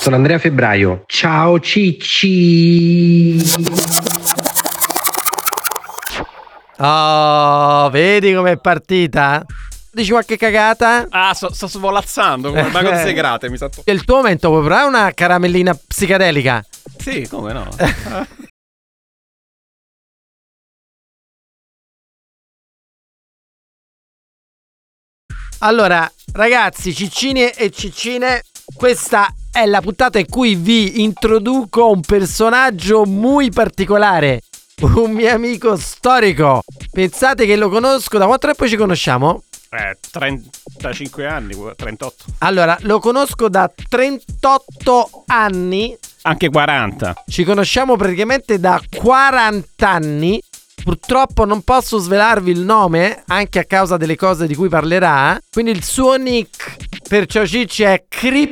Sono Andrea Febbraio. Ciao Cicci. Oh, vedi com'è partita? Dici qualche cagata? Sto svolazzando come mago di Segrate, mi sa. È il tuo momento, puoi provare una caramellina psichedelica? Sì, come no? Allora, ragazzi, ciccini e ciccine, questa è la puntata in cui vi introduco un personaggio muy particolare, un mio amico storico. Pensate che lo conosco, da quanto tempo ci conosciamo? 35 anni, 38. Allora, lo conosco da 38 anni. Anche 40. Ci conosciamo praticamente da 40 anni. Purtroppo non posso svelarvi il nome, anche a causa delle cose di cui parlerà. Quindi il suo nick per Ciao Cicci è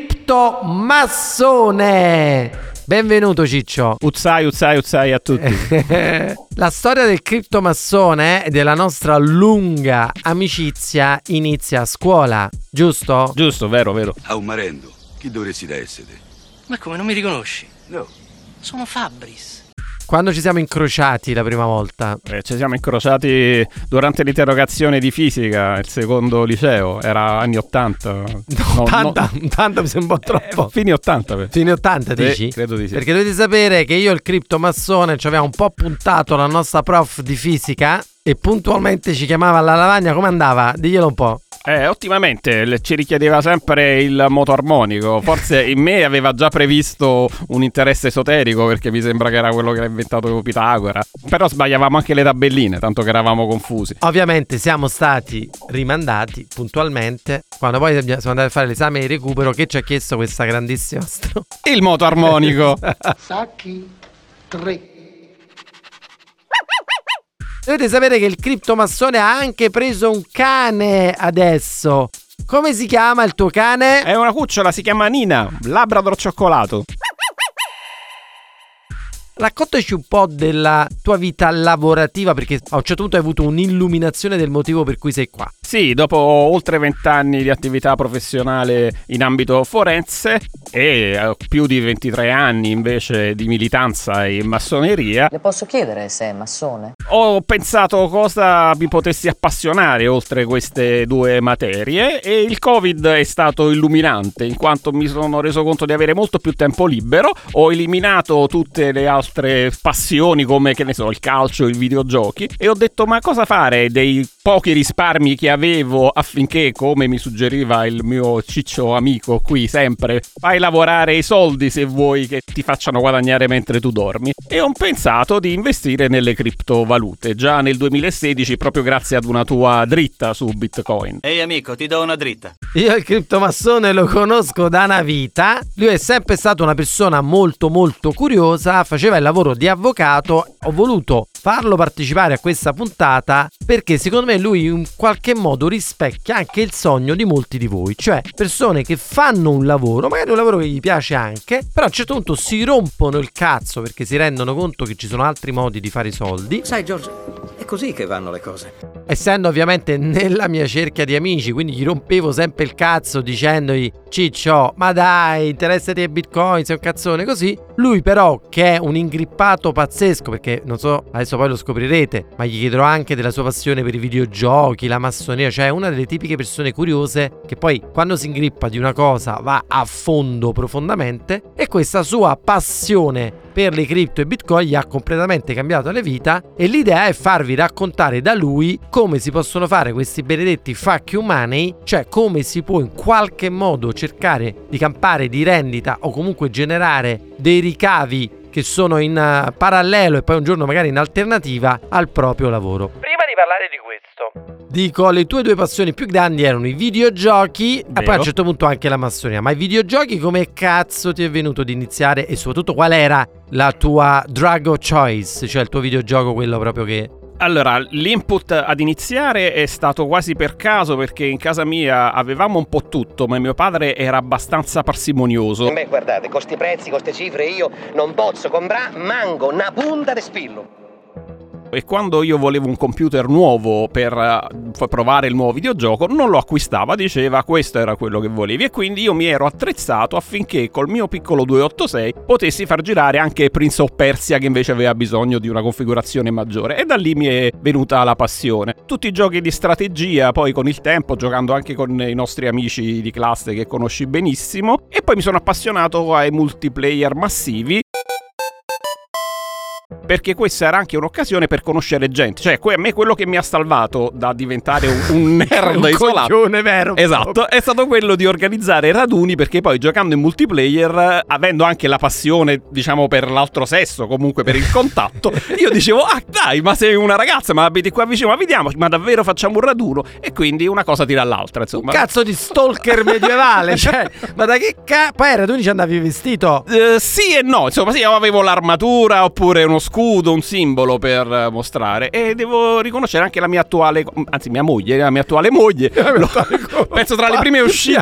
Criptomassone. Benvenuto Ciccio. Uzzai a tutti. La storia del criptomassone e della nostra lunga amicizia inizia a scuola, giusto? Giusto, vero. A un marendo, chi dovresti da essere? Ma come, non mi riconosci? No. Sono Fabris. Quando ci siamo incrociati la prima volta? Ci siamo incrociati durante l'interrogazione di fisica, il secondo liceo, era anni 80. No, 80 mi sembra un po' troppo. Fini 80. Fini 80 dici? Credo di sì. Perché dovete sapere che io e il criptomassone ci avevamo un po' puntato la nostra prof di fisica e puntualmente ci chiamava alla lavagna. Come andava? Diglielo un po'. Ottimamente, ci richiedeva sempre il moto armonico. Forse in me aveva già previsto un interesse esoterico, perché mi sembra che era quello che ha inventato Pitagora. Però sbagliavamo anche le tabelline, tanto che eravamo confusi. Ovviamente siamo stati rimandati puntualmente quando poi siamo andati a fare l'esame di recupero. Che ci ha chiesto questa grandissima Il moto armonico. Sacchi 3. Dovete sapere che il criptomassone ha anche preso un cane adesso. Come si chiama il tuo cane? È una cucciola, si chiama Nina, Labrador cioccolato. Raccontaci un po' della tua vita lavorativa, perché a un certo punto hai avuto un'illuminazione del motivo per cui sei qua. Sì, dopo oltre 20 anni di attività professionale in ambito forense e più di 23 anni invece di militanza in massoneria, Le posso chiedere se è massone? ho pensato cosa mi potessi appassionare oltre queste due materie, e il Covid è stato illuminante, in quanto mi sono reso conto di avere molto più tempo libero. Ho eliminato tutte le altre passioni come, che ne so, il calcio, i videogiochi, e ho detto: ma cosa fare dei pochi risparmi che avevo, affinché, come mi suggeriva il mio ciccio amico qui sempre, fai lavorare i soldi se vuoi che ti facciano guadagnare mentre tu dormi. E ho pensato di investire nelle criptovalute già nel 2016, proprio grazie ad una tua dritta su Bitcoin. Ehi amico, ti do una dritta. Io il criptomassone lo conosco da una vita. Lui è sempre stato una persona molto molto curiosa, faceva il lavoro di avvocato. Ho voluto farlo partecipare a questa puntata perché secondo me lui in qualche modo rispecchia anche il sogno di molti di voi, cioè persone che fanno un lavoro, magari un lavoro che gli piace anche, però a un certo punto si rompono il cazzo perché si rendono conto che ci sono altri modi di fare i soldi. Sai George, è così che vanno le cose. Essendo ovviamente nella mia cerchia di amici, quindi gli rompevo sempre il cazzo dicendogli: Ciccio, ma dai, interessati ai bitcoin, sei un cazzone, così. Lui però, che è un ingrippato pazzesco, perché non so, adesso poi lo scoprirete, ma gli chiederò anche della sua passione per i videogiochi, la massoneria, cioè una delle tipiche persone curiose che poi quando si ingrippa di una cosa va a fondo profondamente, e questa sua passione per le cripto e bitcoin gli ha completamente cambiato la vita, e l'idea è farvi raccontare da lui come si possono fare questi benedetti fuck you money, cioè come si può in qualche modo cercare di campare di rendita o comunque generare dei ricavi che sono in parallelo e poi un giorno magari in alternativa al proprio lavoro. Prima di parlare di questo, dico, le tue due passioni più grandi erano i videogiochi e poi a un certo punto anche la massoneria. Ma i videogiochi come cazzo ti è venuto di iniziare, e soprattutto qual era la tua drug of choice, cioè il tuo videogioco, quello proprio che... Allora, l'input ad iniziare è stato quasi per caso, perché in casa mia avevamo un po' tutto, ma mio padre era abbastanza parsimonioso. Beh, guardate, con sti prezzi, con ste cifre io non posso comprare manco una punta di spillo. e quando io volevo un computer nuovo per provare il nuovo videogioco non lo acquistava, diceva questo era quello che volevi, e quindi io mi ero attrezzato affinché col mio piccolo 286 potessi far girare anche Prince of Persia, che invece aveva bisogno di una configurazione maggiore, e da lì mi è venuta la passione. Tutti i giochi di strategia, poi con il tempo, giocando anche con i nostri amici di classe che conosci benissimo, e poi mi sono appassionato ai multiplayer massivi, perché questa era anche un'occasione per conoscere gente. Cioè, a me quello che mi ha salvato da diventare un nerd Un isolato, coglione vero. esatto, è stato quello di organizzare raduni, perché poi giocando in multiplayer, avendo anche la passione, diciamo, per l'altro sesso, comunque per il contatto, io dicevo, dai, ma sei una ragazza, ma abiti qua vicino, ma vediamo, ma davvero facciamo un raduno? E quindi una cosa tira all'altra, insomma. Un cazzo di stalker medievale, cioè, ma da che poi ai raduni ci andavi vestito? Sì e no, insomma, sì, io avevo l'armatura oppure uno scudo, un simbolo per mostrare, e devo riconoscere anche la mia attuale, anzi mia moglie, penso tra le prime uscite.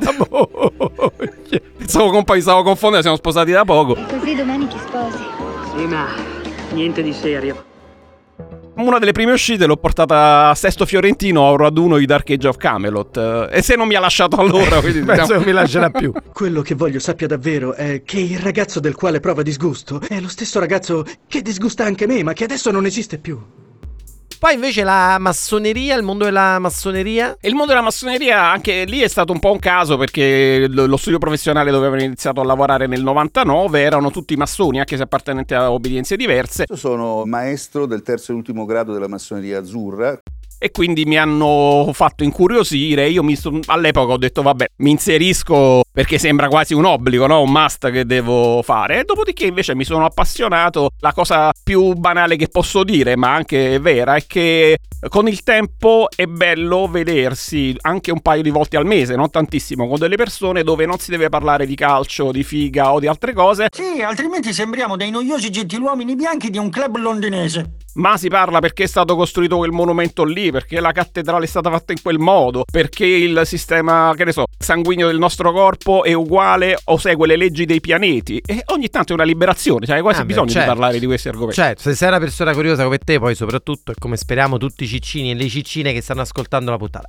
Stavo confondendo, siamo sposati da poco. Così domani ti sposi. Sì, ma niente di serio. Una delle prime uscite l'ho portata a Sesto Fiorentino a un raduno di Dark Age of Camelot, e se non mi ha lasciato allora, quindi Penso non mi lascerà più. Quello che voglio sappia davvero è che il ragazzo del quale prova disgusto è lo stesso ragazzo che disgusta anche me, ma che adesso non esiste più. Poi invece la massoneria, il mondo della massoneria? Il mondo della massoneria, anche lì è stato un po' un caso, perché lo studio professionale dove avevo iniziato a lavorare nel 99 erano tutti massoni, anche se appartenenti a obbedienze diverse. Io sono maestro del terzo e ultimo grado della massoneria azzurra. E quindi mi hanno fatto incuriosire. Io all'epoca ho detto vabbè, mi inserisco perché sembra quasi un obbligo, no? Un must che devo fare. E dopodiché invece mi sono appassionato. La cosa più banale che posso dire, ma anche vera, è che con il tempo è bello vedersi anche un paio di volte al mese, non tantissimo, con delle persone dove non si deve parlare di calcio, di figa o di altre cose. Sì, altrimenti sembriamo dei noiosi gentiluomini bianchi di un club londinese. Ma si parla perché è stato costruito quel monumento lì, perché la cattedrale è stata fatta in quel modo, perché il sistema, che ne so, sanguigno del nostro corpo è uguale o segue le leggi dei pianeti, e ogni tanto è una liberazione, cioè hai quasi bisogno di parlare di questi argomenti. Certo, se sei una persona curiosa come te, poi soprattutto, e come speriamo tutti i ciccini e le ciccine che stanno ascoltando la puntata.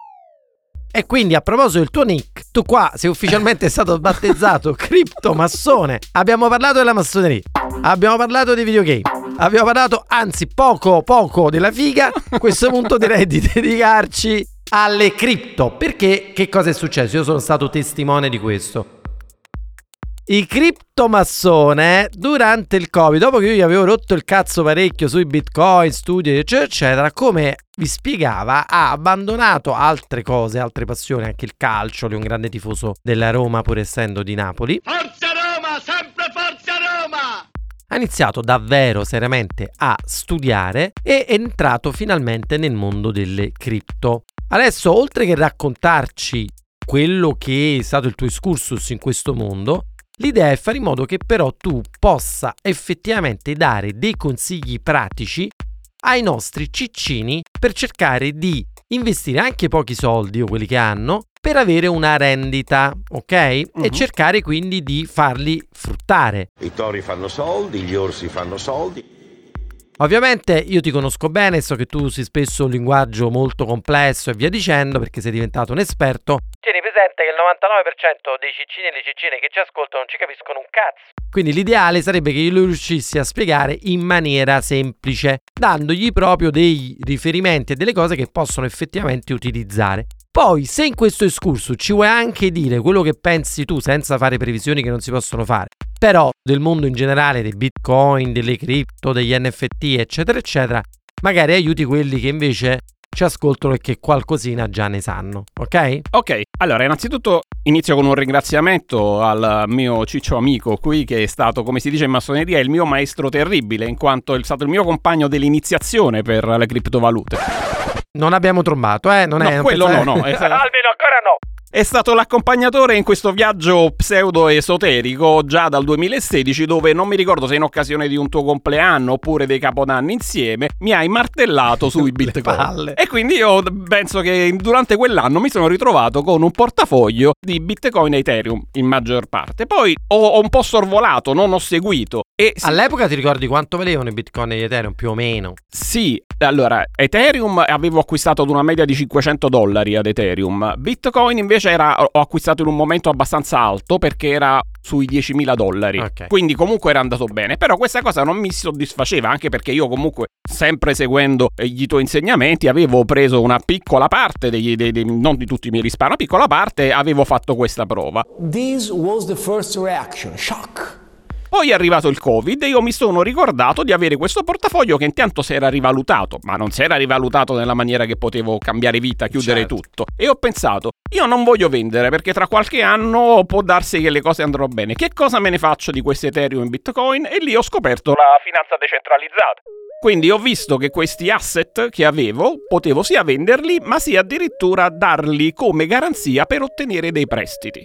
E quindi, a proposito del tuo nick, tu qua sei ufficialmente stato battezzato criptomassone. Abbiamo parlato della massoneria, abbiamo parlato dei videogame, abbiamo parlato, anzi, poco della figa. A questo punto direi di dedicarci alle cripto. Perché che cosa è successo? Io sono stato testimone di questo. I criptomassone durante il Covid, dopo che io gli avevo rotto il cazzo parecchio sui bitcoin, studio eccetera, come vi spiegava, ha abbandonato altre cose, altre passioni, anche il calcio. Lui è un grande tifoso della Roma, pur essendo di Napoli. Forza Roma, sempre Forza Roma! Ha iniziato davvero seriamente a studiare e è entrato finalmente nel mondo delle cripto. Adesso, oltre che raccontarci quello che è stato il tuo excursus in questo mondo, l'idea è fare in modo che però tu possa effettivamente dare dei consigli pratici ai nostri ciccini per cercare di investire anche pochi soldi o quelli che hanno per avere una rendita, ok? E cercare quindi di farli fruttare. I tori fanno soldi, gli orsi fanno soldi. Ovviamente io ti conosco bene, so che tu usi spesso un linguaggio molto complesso e via dicendo, perché sei diventato un esperto. Tieni presente che il 99% dei ciccini e le ciccine che ci ascoltano non ci capiscono un cazzo. Quindi l'ideale sarebbe che io lo riuscissi a spiegare in maniera semplice, dandogli proprio dei riferimenti e delle cose che possono effettivamente utilizzare. Poi, se in questo excursus ci vuoi anche dire quello che pensi tu, senza fare previsioni che non si possono fare, però del mondo in generale, dei bitcoin, delle cripto, degli NFT, eccetera, eccetera, magari aiuti quelli che invece ci ascoltano e che qualcosina già ne sanno, ok? Ok, allora innanzitutto inizio con un ringraziamento al mio ciccio amico qui, che è stato, come si dice in massoneria, il mio maestro terribile, in quanto è stato il mio compagno dell'iniziazione per le criptovalute. Non abbiamo trombato, non è... quello no. Almeno ancora no. È stato l'accompagnatore in questo viaggio pseudo-esoterico già dal 2016, dove non mi ricordo se in occasione di un tuo compleanno oppure dei capodanni insieme mi hai martellato sui bitcoin. E quindi io penso che durante quell'anno mi sono ritrovato con un portafoglio di bitcoin e ethereum in maggior parte. Poi ho un po' sorvolato, non ho seguito E all'epoca ti ricordi quanto valevano i Bitcoin e gli Ethereum più o meno? Sì, allora Ethereum avevo acquistato ad una media di $500 ad Ethereum. Bitcoin invece ho acquistato in un momento abbastanza alto perché era sui $10.000. Okay. Quindi comunque era andato bene. Però questa cosa non mi soddisfaceva, anche perché io comunque, sempre seguendo i tuoi insegnamenti, avevo preso una piccola parte non di tutti i miei risparmi, una piccola parte, avevo fatto questa prova. This was the first reaction, shock. Poi è arrivato il Covid e io mi sono ricordato di avere questo portafoglio che intanto si era rivalutato, ma non si era rivalutato nella maniera che potevo cambiare vita, chiudere tutto. E ho pensato, io non voglio vendere perché tra qualche anno può darsi che le cose andranno bene. Che cosa me ne faccio di questi Ethereum e Bitcoin? E lì ho scoperto la finanza decentralizzata. Quindi ho visto che questi asset che avevo potevo sia venderli, ma sia addirittura darli come garanzia per ottenere dei prestiti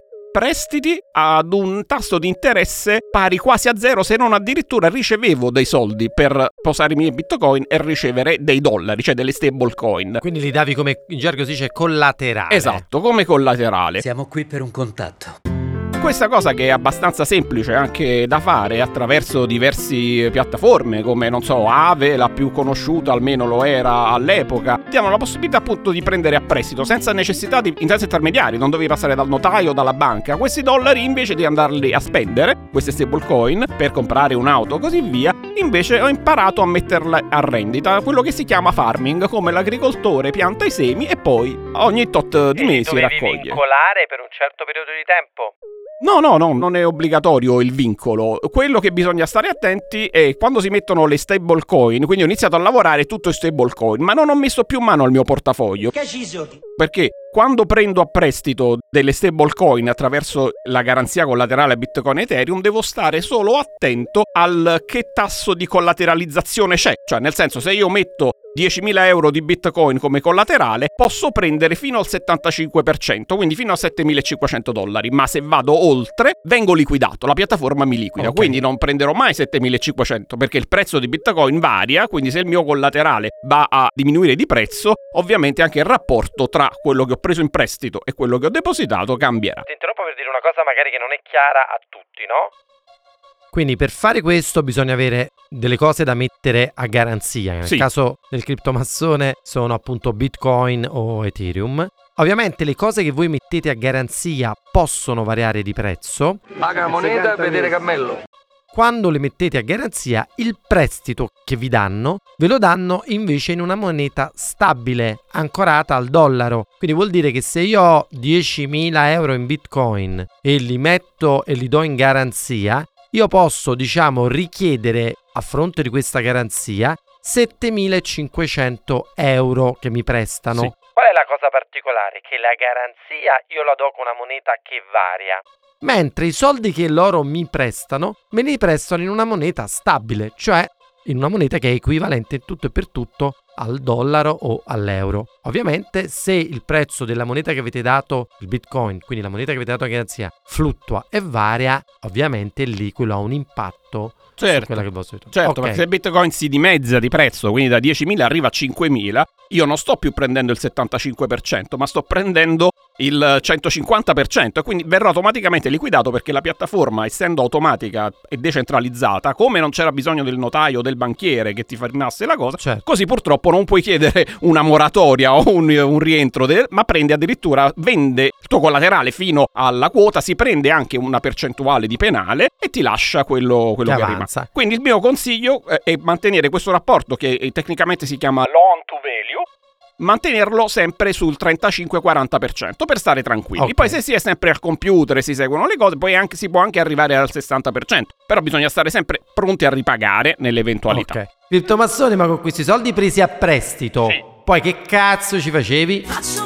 ad un tasso di interesse pari quasi a zero, se non addirittura ricevevo dei soldi per posare i miei bitcoin e ricevere dei dollari, cioè delle stablecoin. Quindi li davi, come in gergo si dice, collaterale. Esatto, come collaterale. Siamo qui per un contatto. Questa cosa, che è abbastanza semplice anche da fare attraverso diverse piattaforme come, non so, Aave, la più conosciuta, almeno lo era all'epoca, diamo la possibilità appunto di prendere a prestito senza necessità di interessi intermediari, non dovevi passare dal notaio o dalla banca. Questi dollari, invece di andarli a spendere, queste stablecoin, per comprare un'auto o così via, invece ho imparato a metterle a rendita, quello che si chiama farming, come l'agricoltore pianta i semi e poi ogni tot di mesi raccoglie. Dovevi vincolare per un certo periodo di tempo? No, non è obbligatorio il vincolo. Quello che bisogna stare attenti è quando si mettono le stablecoin. Quindi ho iniziato a lavorare tutto in stablecoin, ma non ho messo più mano al mio portafoglio. Perché quando prendo a prestito delle stablecoin attraverso la garanzia collaterale Bitcoin e Ethereum, devo stare solo attento al che tasso di collateralizzazione c'è. Cioè, nel senso, se io metto 10.000 euro di Bitcoin come collaterale, posso prendere fino al 75%, quindi fino a $7.500, ma se vado oltre vengo liquidato, la piattaforma mi liquida. Okay. Quindi non prenderò mai 7.500 perché il prezzo di Bitcoin varia, quindi se il mio collaterale va a diminuire di prezzo, ovviamente anche il rapporto tra quello che ho preso in prestito e quello che ho depositato cambierà. Ti interrompo per dire una cosa magari che non è chiara a tutti, no? Quindi per fare questo bisogna avere delle cose da mettere a garanzia. Nel caso del criptomassone sono appunto Bitcoin o Ethereum. Ovviamente le cose che voi mettete a garanzia possono variare di prezzo. Paga moneta e vedere cammello. Quando le mettete a garanzia, il prestito che vi danno, ve lo danno invece in una moneta stabile, ancorata al dollaro. Quindi vuol dire che se io ho 10.000 euro in Bitcoin e li metto e li do in garanzia, io posso, richiedere a fronte di questa garanzia 7.500 euro che mi prestano. Sì. Qual è la cosa particolare? Che la garanzia io la do con una moneta che varia. Mentre i soldi che loro mi prestano, me li prestano in una moneta stabile, cioè in una moneta che è equivalente in tutto e per tutto al dollaro o all'euro. Ovviamente se il prezzo della moneta che avete dato, il Bitcoin, quindi la moneta che avete dato a garanzia, fluttua e varia, ovviamente lì quello ha un impatto su quella che vostro ritorno. Certo, perché se il Bitcoin si dimezza di prezzo, quindi da 10.000 arriva a 5.000, io non sto più prendendo il 75%, ma sto prendendo il 150% e quindi verrà automaticamente liquidato, perché la piattaforma, essendo automatica e decentralizzata, come non c'era bisogno del notaio o del banchiere che ti fermasse la cosa, così purtroppo non puoi chiedere una moratoria o un rientro, ma prende addirittura, vende il tuo collaterale fino alla quota, si prende anche una percentuale di penale e ti lascia quello che rimane. Quindi il mio consiglio è mantenere questo rapporto che tecnicamente si chiama loan to value, mantenerlo sempre sul 35-40% per stare tranquilli. Poi se si è sempre al computer e si seguono le cose, poi si può anche arrivare al 60%, però bisogna stare sempre pronti a ripagare nell'eventualità. Criptomassone, ma con questi soldi presi a prestito, poi che cazzo ci facevi?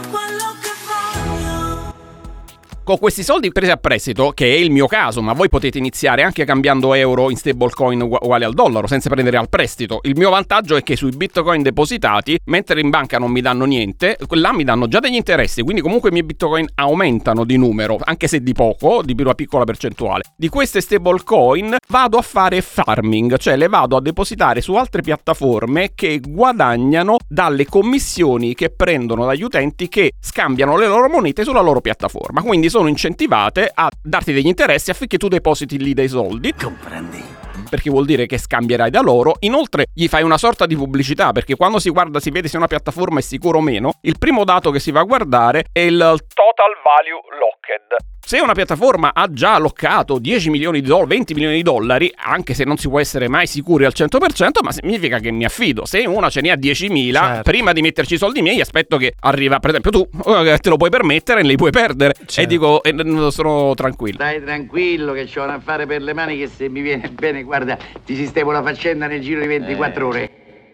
Con questi soldi presi a prestito, che è il mio caso, ma voi potete iniziare anche cambiando euro in stablecoin uguali al dollaro, senza prendere al prestito. Il mio vantaggio è che sui bitcoin depositati, mentre in banca non mi danno niente, là mi danno già degli interessi, quindi comunque i miei bitcoin aumentano di numero, anche se di poco, di una piccola percentuale. Di queste stablecoin vado a fare farming, cioè le vado a depositare su altre piattaforme che guadagnano dalle commissioni che prendono dagli utenti che scambiano le loro monete sulla loro piattaforma. Quindi sono incentivate a darti degli interessi affinché tu depositi lì dei soldi. Comprendi? perché vuol dire che scambierai da loro. Inoltre gli fai una sorta di pubblicità, perché quando si guarda, si vede se una piattaforma è sicura o meno, il primo dato che si va a guardare è il Total Value Locked. Se una piattaforma ha già allocato 10 milioni di dollari, 20 milioni di dollari, anche se non si può essere mai sicuri al 100%, ma significa che mi affido. Se una ce ne ha 10.000, certo, prima di metterci i soldi miei aspetto che arriva, per esempio tu te lo puoi permettere e li puoi perdere, certo, e dico sono tranquillo. Dai tranquillo che c'ho un affare per le mani che se mi viene bene, guarda, ti sistemo la faccenda nel giro di 24 ore.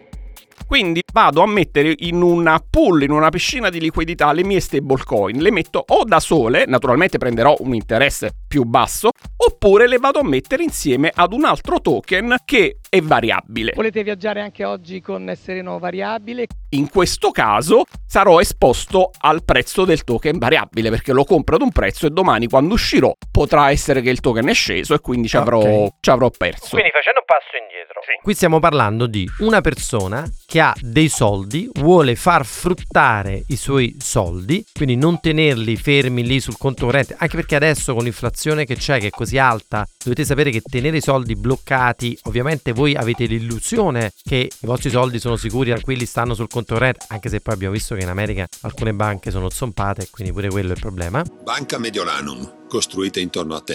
Quindi vado a mettere in una pool, in una piscina di liquidità, le mie stablecoin. Le metto o da sole, naturalmente prenderò un interesse più basso, oppure le vado a mettere insieme ad un altro token che è variabile. Volete viaggiare anche oggi con Sereno variabile? In questo caso sarò esposto al prezzo del token variabile, perché lo compro ad un prezzo e domani quando uscirò potrà essere che il token è sceso e quindi ci avrò perso. Quindi facendo un passo indietro. Sì. Qui stiamo parlando di una persona che ha dei soldi, vuole far fruttare i suoi soldi, quindi non tenerli fermi lì sul conto corrente, anche perché adesso con l'inflazione che c'è, che è così alta, dovete sapere che tenere i soldi bloccati, ovviamente voi avete l'illusione che i vostri soldi sono sicuri, tranquilli, stanno sul conto corrente, anche se poi abbiamo visto che in America alcune banche sono zompate, quindi pure quello è il problema. Banca Mediolanum, costruita intorno a te.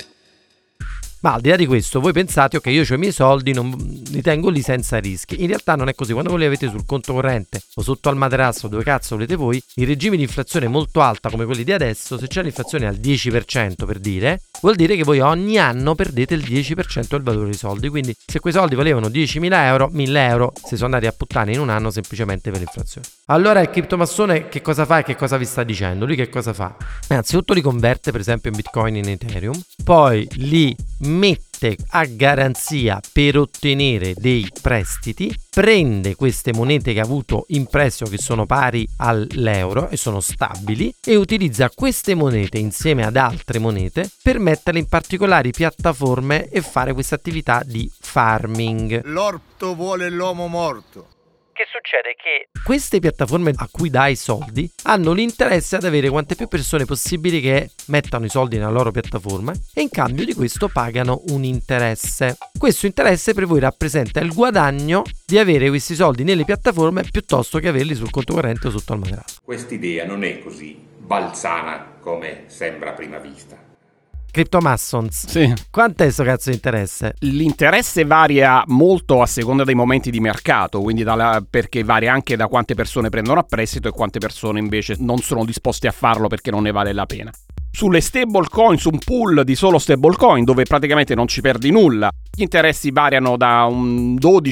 Ma al di là di questo, voi pensate, ok, io ho i miei soldi, non li tengo lì senza rischi. In realtà non è così. Quando voi li avete sul conto corrente o sotto al materasso, dove cazzo volete voi, in regimi di inflazione molto alta come quelli di adesso, se c'è l'inflazione al 10% per dire, vuol dire che voi ogni anno perdete il 10% del valore dei soldi. Quindi se quei soldi valevano 10.000 euro, 1.000 euro si sono andati a puttane in un anno semplicemente per l'inflazione. Allora il criptomassone che cosa fa e che cosa vi sta dicendo? Lui che cosa fa? Innanzitutto li converte per esempio in Bitcoin, in Ethereum, poi li mette a garanzia per ottenere dei prestiti, prende queste monete che ha avuto in prestito che sono pari all'euro e sono stabili e utilizza queste monete insieme ad altre monete per metterle in particolari piattaforme e fare questa attività di farming. L'orto vuole l'uomo morto. Che succede? Che queste piattaforme a cui dai soldi hanno l'interesse ad avere quante più persone possibili che mettano i soldi nella loro piattaforma e in cambio di questo pagano un interesse. Questo interesse per voi rappresenta il guadagno di avere questi soldi nelle piattaforme piuttosto che averli sul conto corrente o sotto al materasso. Quest'idea non è così balzana come sembra a prima vista. Cryptomassons. Sì. Quant'è sto cazzo di interesse? L'interesse varia molto a seconda dei momenti di mercato, quindi perché varia anche da quante persone prendono a prestito e quante persone invece non sono disposte a farlo perché non ne vale la pena. Sulle stablecoin, su un pool di solo stablecoin dove praticamente non ci perdi nulla, gli interessi variano da un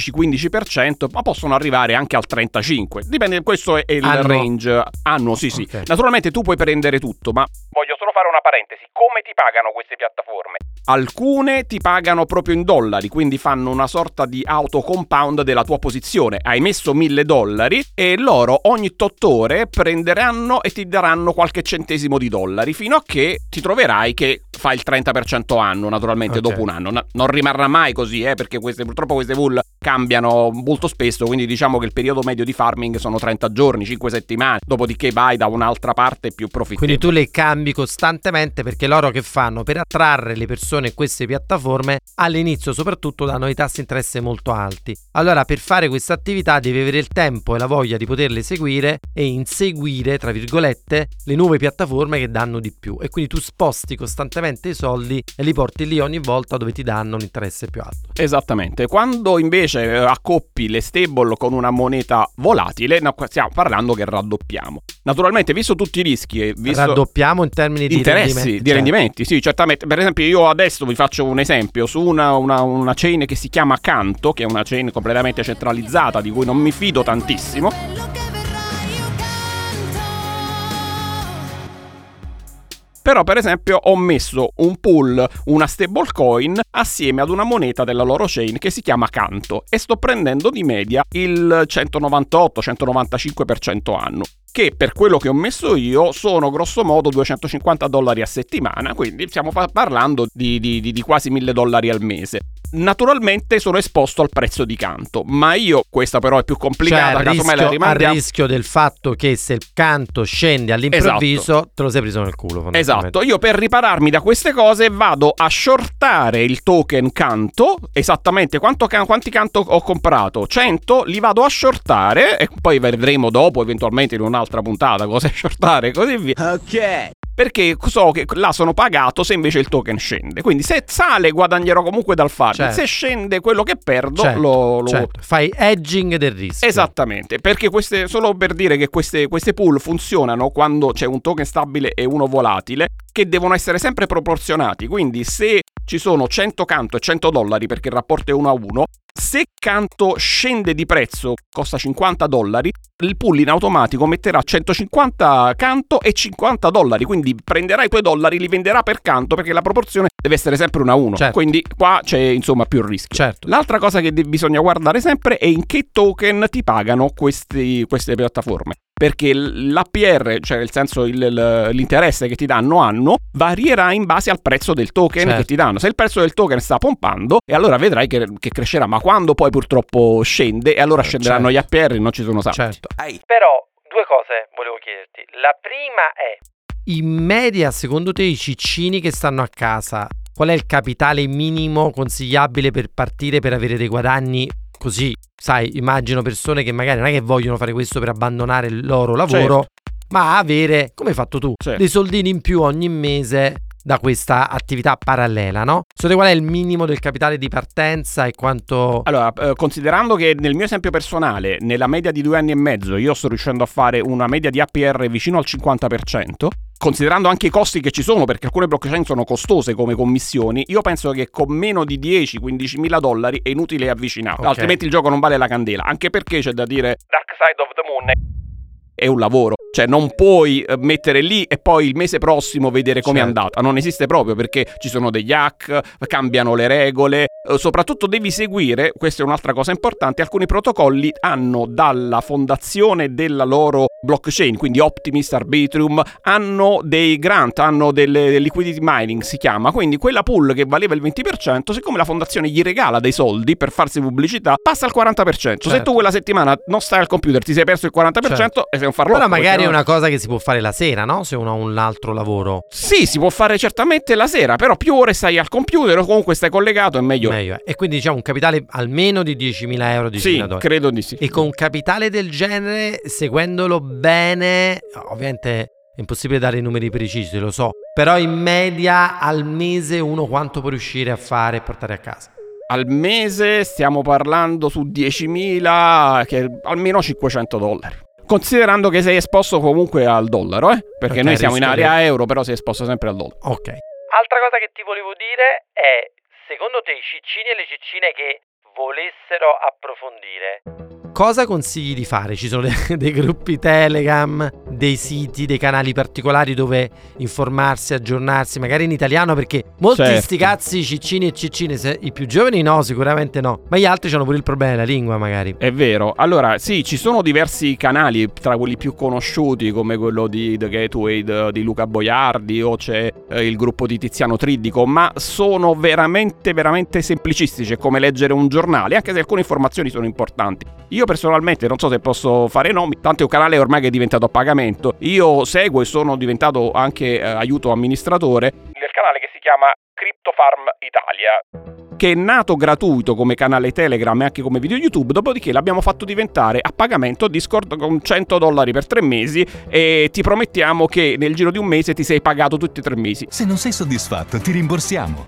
12-15%, ma possono arrivare anche al 35%. Dipende, questo è il range annuo, sì. Naturalmente tu puoi prendere tutto, ma voglio solo fare una parentesi. Come ti pagano queste piattaforme? Alcune ti pagano proprio in dollari, quindi fanno una sorta di auto compound della tua posizione. Hai messo $1.000 e loro ogni 8 ore prenderanno e ti daranno qualche centesimo di dollari fino a che ti troverai che fai il 30% anno, naturalmente dopo un anno. Non rimarrà mai così, perché purtroppo queste pool cambiano molto spesso, quindi diciamo che il periodo medio di farming sono 30 giorni, 5 settimane, dopodiché vai da un'altra parte più profittevole. Quindi tu le cambi costantemente perché loro che fanno? Per attrarre le persone in queste piattaforme all'inizio soprattutto danno dei tassi di interesse molto alti. Allora per fare questa attività devi avere il tempo e la voglia di poterle seguire e inseguire, tra virgolette, le nuove piattaforme che danno di più e quindi tu sposti costantemente i soldi e li porti lì ogni volta dove ti danno un interesse più alto. Esattamente. Quando invece accoppi le stable con una moneta volatile, stiamo parlando che raddoppiamo. Naturalmente, visto tutti i rischi e visto raddoppiamo in termini di interessi, di rendimenti, sì, certamente. Per esempio, io adesso vi faccio un esempio su una chain che si chiama Canto, che è una chain completamente centralizzata di cui non mi fido tantissimo. Però per esempio ho messo un pool, una stablecoin assieme ad una moneta della loro chain che si chiama Canto e sto prendendo di media il 198-195% anno, che per quello che ho messo io sono grosso modo $250 a settimana, quindi stiamo parlando di quasi $1.000 al mese. naturalmente sono esposto al prezzo di canto, ma io, questa però è più complicata, casomai la rimandiamo. A rischio del fatto che se il canto scende all'improvviso te lo sei preso nel culo. Esatto, io per ripararmi da queste cose vado a shortare il token canto, esattamente quanti canto ho comprato, 100, li vado a shortare e poi vedremo dopo eventualmente in un'altra puntata cosa è shortare e così via. Ok. Perché so che là sono pagato se invece il token scende. Quindi se sale guadagnerò comunque dal farming. Certo. Se scende quello che perdo certo. Fai hedging del rischio. Esattamente. Perché solo per dire che queste pool funzionano quando c'è un token stabile e uno volatile, che devono essere sempre proporzionati. Quindi se ci sono 100 canto e $100 perché il rapporto è 1 a 1, se canto scende di prezzo, costa $50, il pool in automatico metterà 150 canto e $50, quindi prenderà i tuoi dollari, li venderà per canto perché la proporzione deve essere sempre 1 a 1. Certo. Quindi qua c'è insomma più rischio. Certo. L'altra cosa che bisogna guardare sempre è in che token ti pagano queste piattaforme. Perché l'APR, cioè nel senso l'interesse che ti danno anno, varierà in base al prezzo del token che ti danno. Se il prezzo del token sta pompando, e allora vedrai che crescerà, ma quando poi purtroppo scende, e allora scenderanno gli APR e non ci sono salti. Certo. Però due cose volevo chiederti. La prima è: in media, secondo te, i ciccini che stanno a casa, qual è il capitale minimo consigliabile per partire per avere dei guadagni così? Sai, immagino persone che magari non è che vogliono fare questo per abbandonare il loro lavoro, ma avere, come hai fatto tu, dei soldini in più ogni mese da questa attività parallela, no? Secondo te qual è il minimo del capitale di partenza e quanto... Allora, considerando che nel mio esempio personale, nella media di 2 anni e mezzo, io sto riuscendo a fare una media di APR vicino al 50%, considerando anche i costi che ci sono, perché alcune blockchain sono costose come commissioni, io penso che con meno di $10-15.000 è inutile avvicinarlo, altrimenti il gioco non vale la candela, anche perché c'è da dire Dark Side of the Moon è un lavoro, cioè non puoi mettere lì e poi il mese prossimo vedere come è andata, non esiste proprio, perché ci sono degli hack, cambiano le regole, soprattutto devi seguire, questa è un'altra cosa importante, alcuni protocolli hanno dalla fondazione della loro blockchain, quindi Optimist, Arbitrum, hanno dei grant, hanno delle liquidity mining si chiama, quindi quella pool che valeva il 20%, siccome la fondazione gli regala dei soldi per farsi pubblicità, passa al 40%. Se tu quella settimana non stai al computer, ti sei perso il 40% e sei un farlocco. Però magari è una cosa che si può fare la sera, no? Se uno ha un altro lavoro. Sì, si può fare certamente la sera, però più ore stai al computer o comunque stai collegato è meglio. E quindi diciamo un capitale almeno di $10.000, $10.000. Sì, credo di sì. E con un capitale del genere, seguendolo bene, ovviamente è impossibile dare i numeri precisi, lo so, però in media al mese uno quanto può riuscire a fare e portare a casa? Al mese stiamo parlando su 10.000, che è almeno $500. Considerando che sei esposto comunque al dollaro, perché noi siamo in area euro, però sei esposto sempre al dollaro. Ok. Altra cosa che ti volevo dire è, secondo te i ciccini e le ciccine che volessero approfondire, cosa consigli di fare? Ci sono dei gruppi Telegram, dei siti, dei canali particolari dove informarsi, aggiornarsi, magari in italiano, perché molti sti cazzi ciccini e ciccine, i più giovani no, sicuramente no, ma gli altri hanno pure il problema della lingua magari. È vero, allora sì, ci sono diversi canali, tra quelli più conosciuti come quello di The Gateway di Luca Boiardi, o c'è il gruppo di Tiziano Triddico, ma sono veramente semplicistici, è come leggere un giornale, anche se alcune informazioni sono importanti. Io personalmente non so se posso fare nomi, tanto è un canale ormai che è diventato a pagamento. Io seguo e sono diventato anche aiuto amministratore del canale che si chiama CryptoFarm Italia, che è nato gratuito come canale Telegram e anche come video YouTube, dopodiché l'abbiamo fatto diventare a pagamento Discord con $100 per 3 mesi e ti promettiamo che nel giro di un mese ti sei pagato tutti e 3 mesi. Se non sei soddisfatto ti rimborsiamo.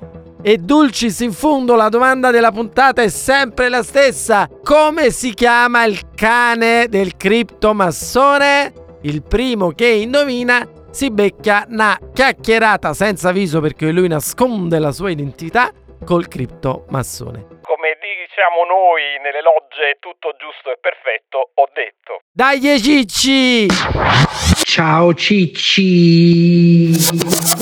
E dulcis in fondo, la domanda della puntata è sempre la stessa: come si chiama il cane del criptomassone? Il primo che indovina si becca una chiacchierata senza viso, perché lui nasconde la sua identità col criptomassone. Come diciamo noi nelle logge, tutto giusto e perfetto, ho detto. Dai cicci! Ciao cicci!